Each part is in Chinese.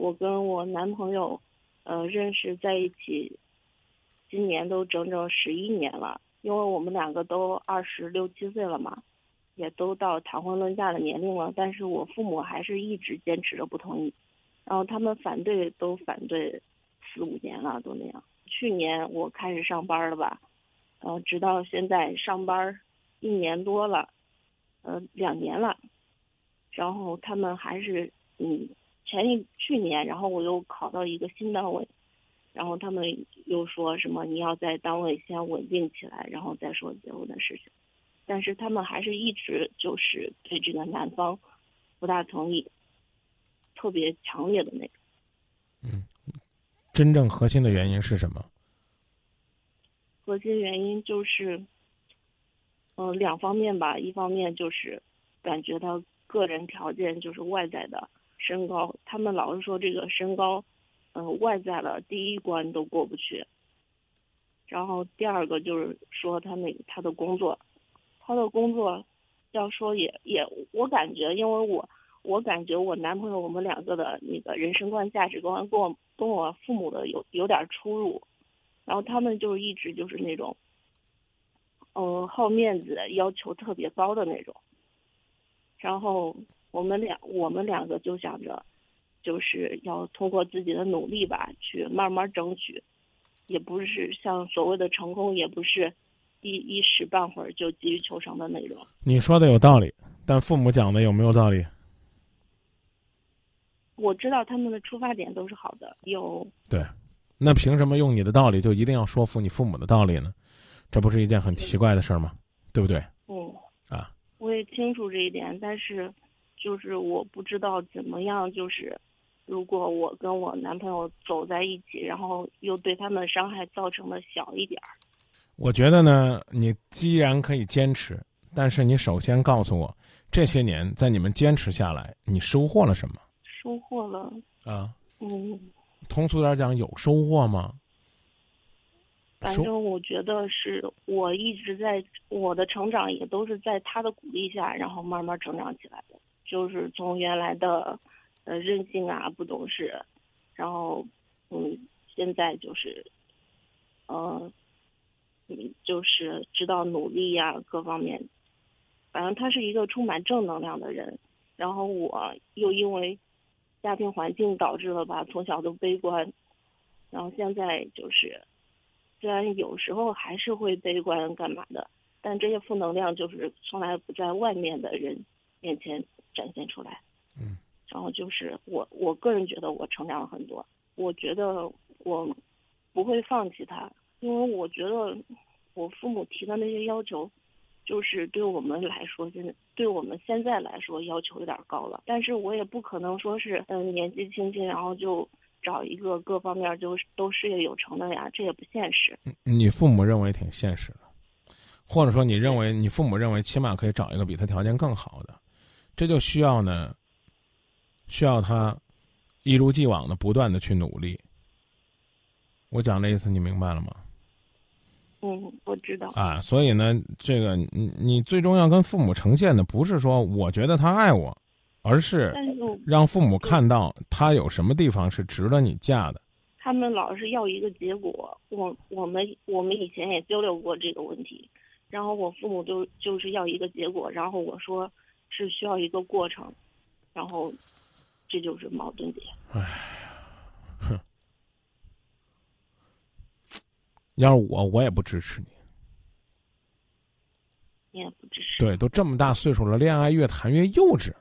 我跟我男朋友，认识在一起，今年都整整11年了。因为我们两个都26、27岁了嘛，也都到谈婚论嫁的年龄了，但是我父母还是一直坚持着不同意，然后他们都反对4、5年了，都那样。去年我开始上班了吧，直到现在上班1年多了，2年了，然后他们还是去年，然后我又考到一个新单位，然后他们又说什么你要在单位先稳定起来，然后再说结婚的事情。但是他们还是一直就是对这个男方不大同意，特别强烈的那种。 真正核心的原因是什么？ 核心原因就是，2方面吧。一方面就是感觉他个人条件就是外在的身高，他们老是说这个身高，外在了第一关都过不去。然后第二个就是说他的工作，要说我感觉，因为我感觉我男朋友我们两个的那个人生观价值观跟我父母的有点出入，然后他们就一直就是那种，好面子，要求特别高的那种。然后我们两个就想着，就是要通过自己的努力吧，去慢慢争取，也不是像所谓的成功，也不是一时半会儿就急于求成的那种。 你说的有道理，但父母讲的有没有道理？ 我知道他们的出发点都是好的， 对，那凭什么用你的道理就一定要说服你父母的道理呢？这不是一件很奇怪的事儿吗？对不对？啊， 我也清楚这一点，但是就是我不知道怎么样，就是如果我跟我男朋友走在一起，然后又对他们伤害造成的小一点儿。 我觉得呢，你既然可以坚持，但是你首先告诉我，这些年在你们坚持下来，你收获了什么？ 收获了， 啊， 嗯， 通俗点讲，有收获吗？ 反正我觉得是我一直在我的成长也都是在他的鼓励下，然后慢慢成长起来的。就是从原来的任性啊、不懂事，然后现在就是就是知道努力呀、各方面。反正他是一个充满正能量的人，然后我又因为家庭环境导致了吧，从小都悲观，然后现在就是虽然有时候还是会悲观干嘛的，但这些负能量就是从来不在外面的人面前展现出来。然后就是我个人觉得我成长了很多，我觉得我不会放弃他，因为我觉得我父母提的那些要求，就是对我们来说，对我们现在来说要求有点高了。但是我也不可能说是年纪轻轻然后就找一个各方面就都事业有成的呀，这也不现实。 你父母认为挺现实的，或者说你父母认为起码可以找一个比他条件更好的，这就需要他一如既往的不断的去努力。我讲这意思你明白了吗？ 我知道啊，所以呢，这个你最终要跟父母呈现的不是说我觉得他爱我，而是让父母看到他有什么地方是值得你嫁的。 他们老是要一个结果，我们以前也交流过这个问题，然后我父母就是要一个结果，然后我说是需要一个过程，然后这就是矛盾点。 哼，要是我也不支持你。 你也不支持？ 对，都这么大岁数了，恋爱越谈越幼稚。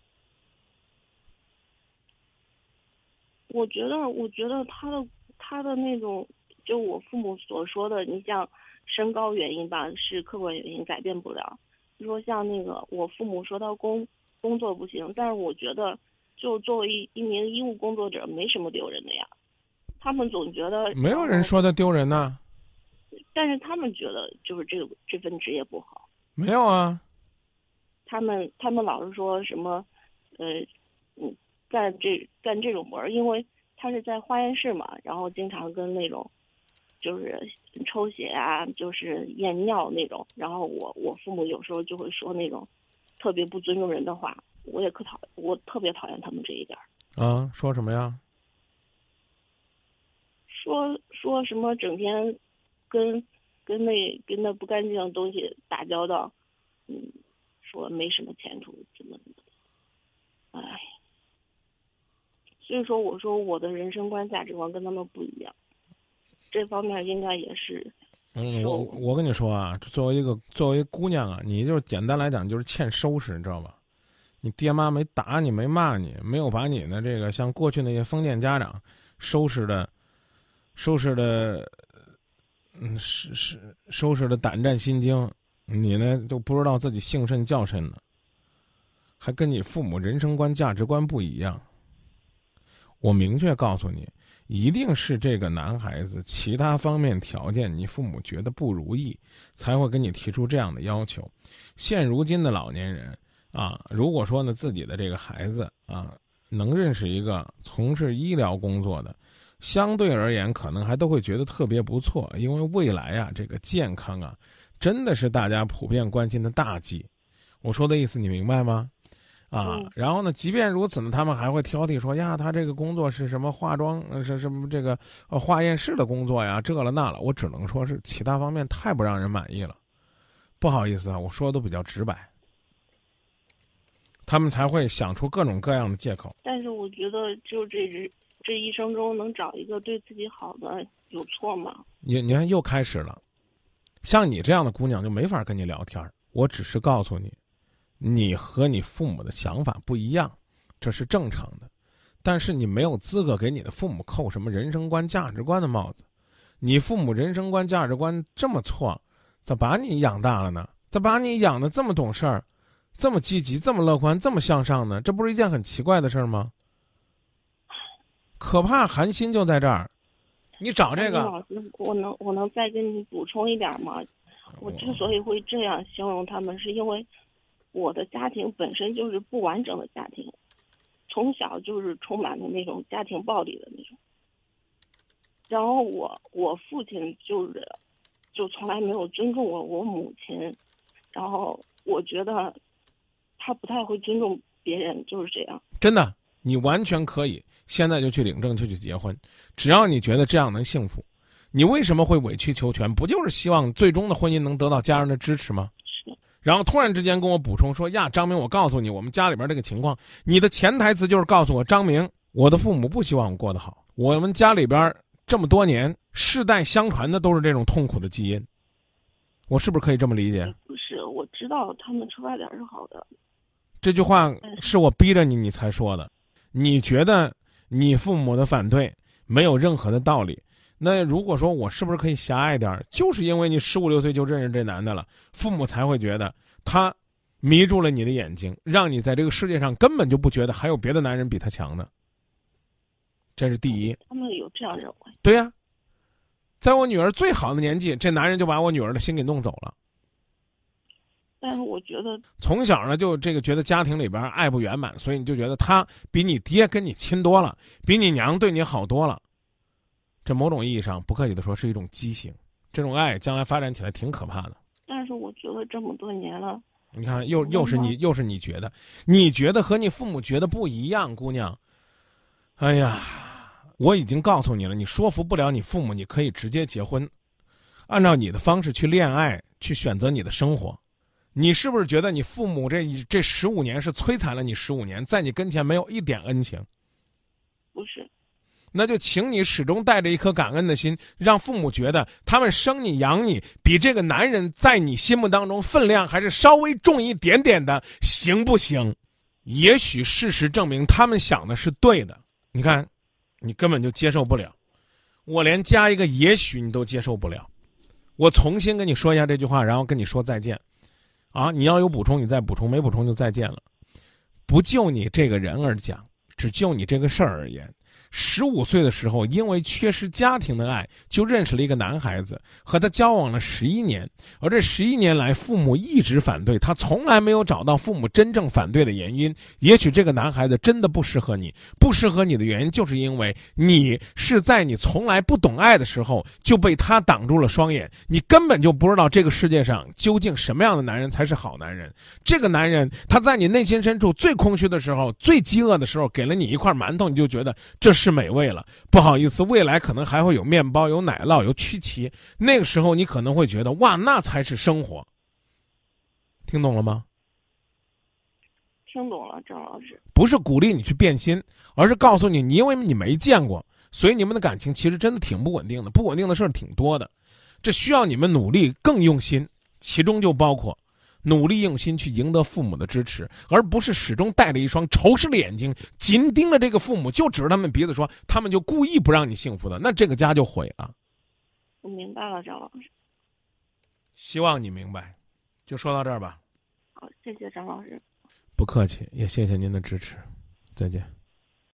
我觉得他的那种，就我父母所说的，你像身高原因吧，是客观原因改变不了。你说像那个我父母说他工作不行，但是我觉得就作为一名医务工作者没什么丢人的呀。他们总觉得没有人说他丢人呐， 但是他们觉得就是这份职业不好。 没有啊， 他们老是说什么，干这种活儿，因为他是在化验室嘛，然后经常跟那种就是抽血啊，就是验尿那种，然后我父母有时候就会说那种特别不尊重人的话，我特别讨厌他们这一点。 啊，说什么呀？ 说什么整天跟那不干净的东西打交道，说没什么前途，怎么的，哎，所以说我说我的人生观价值观跟他们不一样，这方面应该也是。 我跟你说啊，作为姑娘啊，你就是简单来讲就是欠收拾，你知道吧？你爹妈没打你，没骂你，没有把你的这个像过去那些封建家长收拾的，收拾的胆战心惊，你呢就不知道自己姓甚叫甚呢，还跟你父母人生观价值观不一样。我明确告诉你，一定是这个男孩子其他方面条件你父母觉得不如意，才会跟你提出这样的要求。现如今的老年人啊，如果说呢自己的这个孩子啊能认识一个从事医疗工作的，相对而言可能还都会觉得特别不错，因为未来啊这个健康啊真的是大家普遍关心的大忌。我说的意思你明白吗？然后呢，即便如此呢，他们还会挑剔说呀，他这个工作是什么化妆，是什么这个化验室的工作呀，这了那了。我只能说是其他方面太不让人满意了，不好意思啊，我说的都比较直白，他们才会想出各种各样的借口。 但是我觉得，就这一生中能找一个对自己好的，有错吗？ 你看又开始了，像你这样的姑娘就没法跟你聊天。我只是告诉你。你和你父母的想法不一样，这是正常的，但是你没有资格给你的父母扣什么人生观价值观的帽子。你父母人生观价值观这么错，咋把你养大了呢？咋把你养得这么懂事儿，这么积极，这么乐观，这么向上呢？这不是一件很奇怪的事儿吗？可怕寒心就在这儿。你找这个老师，我能再跟你补充一点吗？我之所以会这样形容他们，是因为我的家庭本身就是不完整的家庭，从小就是充满了那种家庭暴力的那种。然后我父亲就从来没有尊重过我母亲，然后我觉得他不太会尊重别人，就是这样。 真的，你完全可以现在就去领证，就去结婚，只要你觉得这样能幸福。你为什么会委曲求全？不就是希望最终的婚姻能得到家人的支持吗？然后突然之间跟我补充说呀，张明，我告诉你，我们家里边这个情况，你的潜台词就是告诉我，张明，我的父母不希望我过得好，我们家里边这么多年世代相传的都是这种痛苦的基因，我是不是可以这么理解？ 不是，我知道他们出发点是好的。 这句话是我逼着你才说的，你觉得你父母的反对没有任何的道理。那如果说我是不是可以狭隘点，就是因为你15、16岁就认识这男的了，父母才会觉得他迷住了你的眼睛，让你在这个世界上根本就不觉得还有别的男人比他强呢。这是第一。 他们有这样认为？ 对呀，在我女儿最好的年纪，这男人就把我女儿的心给弄走了。 但是我觉得从小呢就这个觉得家庭里边爱不圆满，所以你就觉得他比你爹跟你亲多了，比你娘对你好多了。这某种意义上，不客气的说，是一种畸形。这种爱将来发展起来挺可怕的。 但是我觉得这么多年了， 你看，又是你觉得和你父母觉得不一样，姑娘。哎呀，我已经告诉你了，你说服不了你父母，你可以直接结婚，按照你的方式去恋爱，去选择你的生活。你是不是觉得你父母这15年是摧残了你15年，在你跟前没有一点恩情？ 不是。 那就请你始终带着一颗感恩的心，让父母觉得他们生你养你，比这个男人在你心目当中分量还是稍微重一点点的，行不行？也许事实证明他们想的是对的。你看，你根本就接受不了，我连加一个也许你都接受不了。我重新跟你说一下这句话，然后跟你说再见。你要有补充你再补充，没补充就再见了。不就你这个人而讲，只就你这个事儿而言，15岁的时候，因为缺失家庭的爱，就认识了一个男孩子，和他交往了11年。而这11年来，父母一直反对，他从来没有找到父母真正反对的原因。也许这个男孩子真的不适合你，不适合你的原因，就是因为你是在你从来不懂爱的时候，就被他挡住了双眼，你根本就不知道这个世界上究竟什么样的男人才是好男人。这个男人，他在你内心深处最空虚的时候，最饥饿的时候，给了你一块馒头，你就觉得这是美味了。不好意思，未来可能还会有面包、有奶酪、有曲奇，那个时候你可能会觉得哇，那才是生活。听懂了吗？ 听懂了，郑老师。 不是鼓励你去变心，而是告诉你，因为你没见过，所以你们的感情其实真的挺不稳定的，不稳定的事儿挺多的，这需要你们努力更用心，其中就包括努力用心去赢得父母的支持，而不是始终带着一双仇视的眼睛紧盯着这个父母，就指着他们鼻子说他们就故意不让你幸福的，那这个家就毁了。 我明白了，张老师。 希望你明白。就说到这儿吧。 好，谢谢张老师。 不客气，也谢谢您的支持，再见。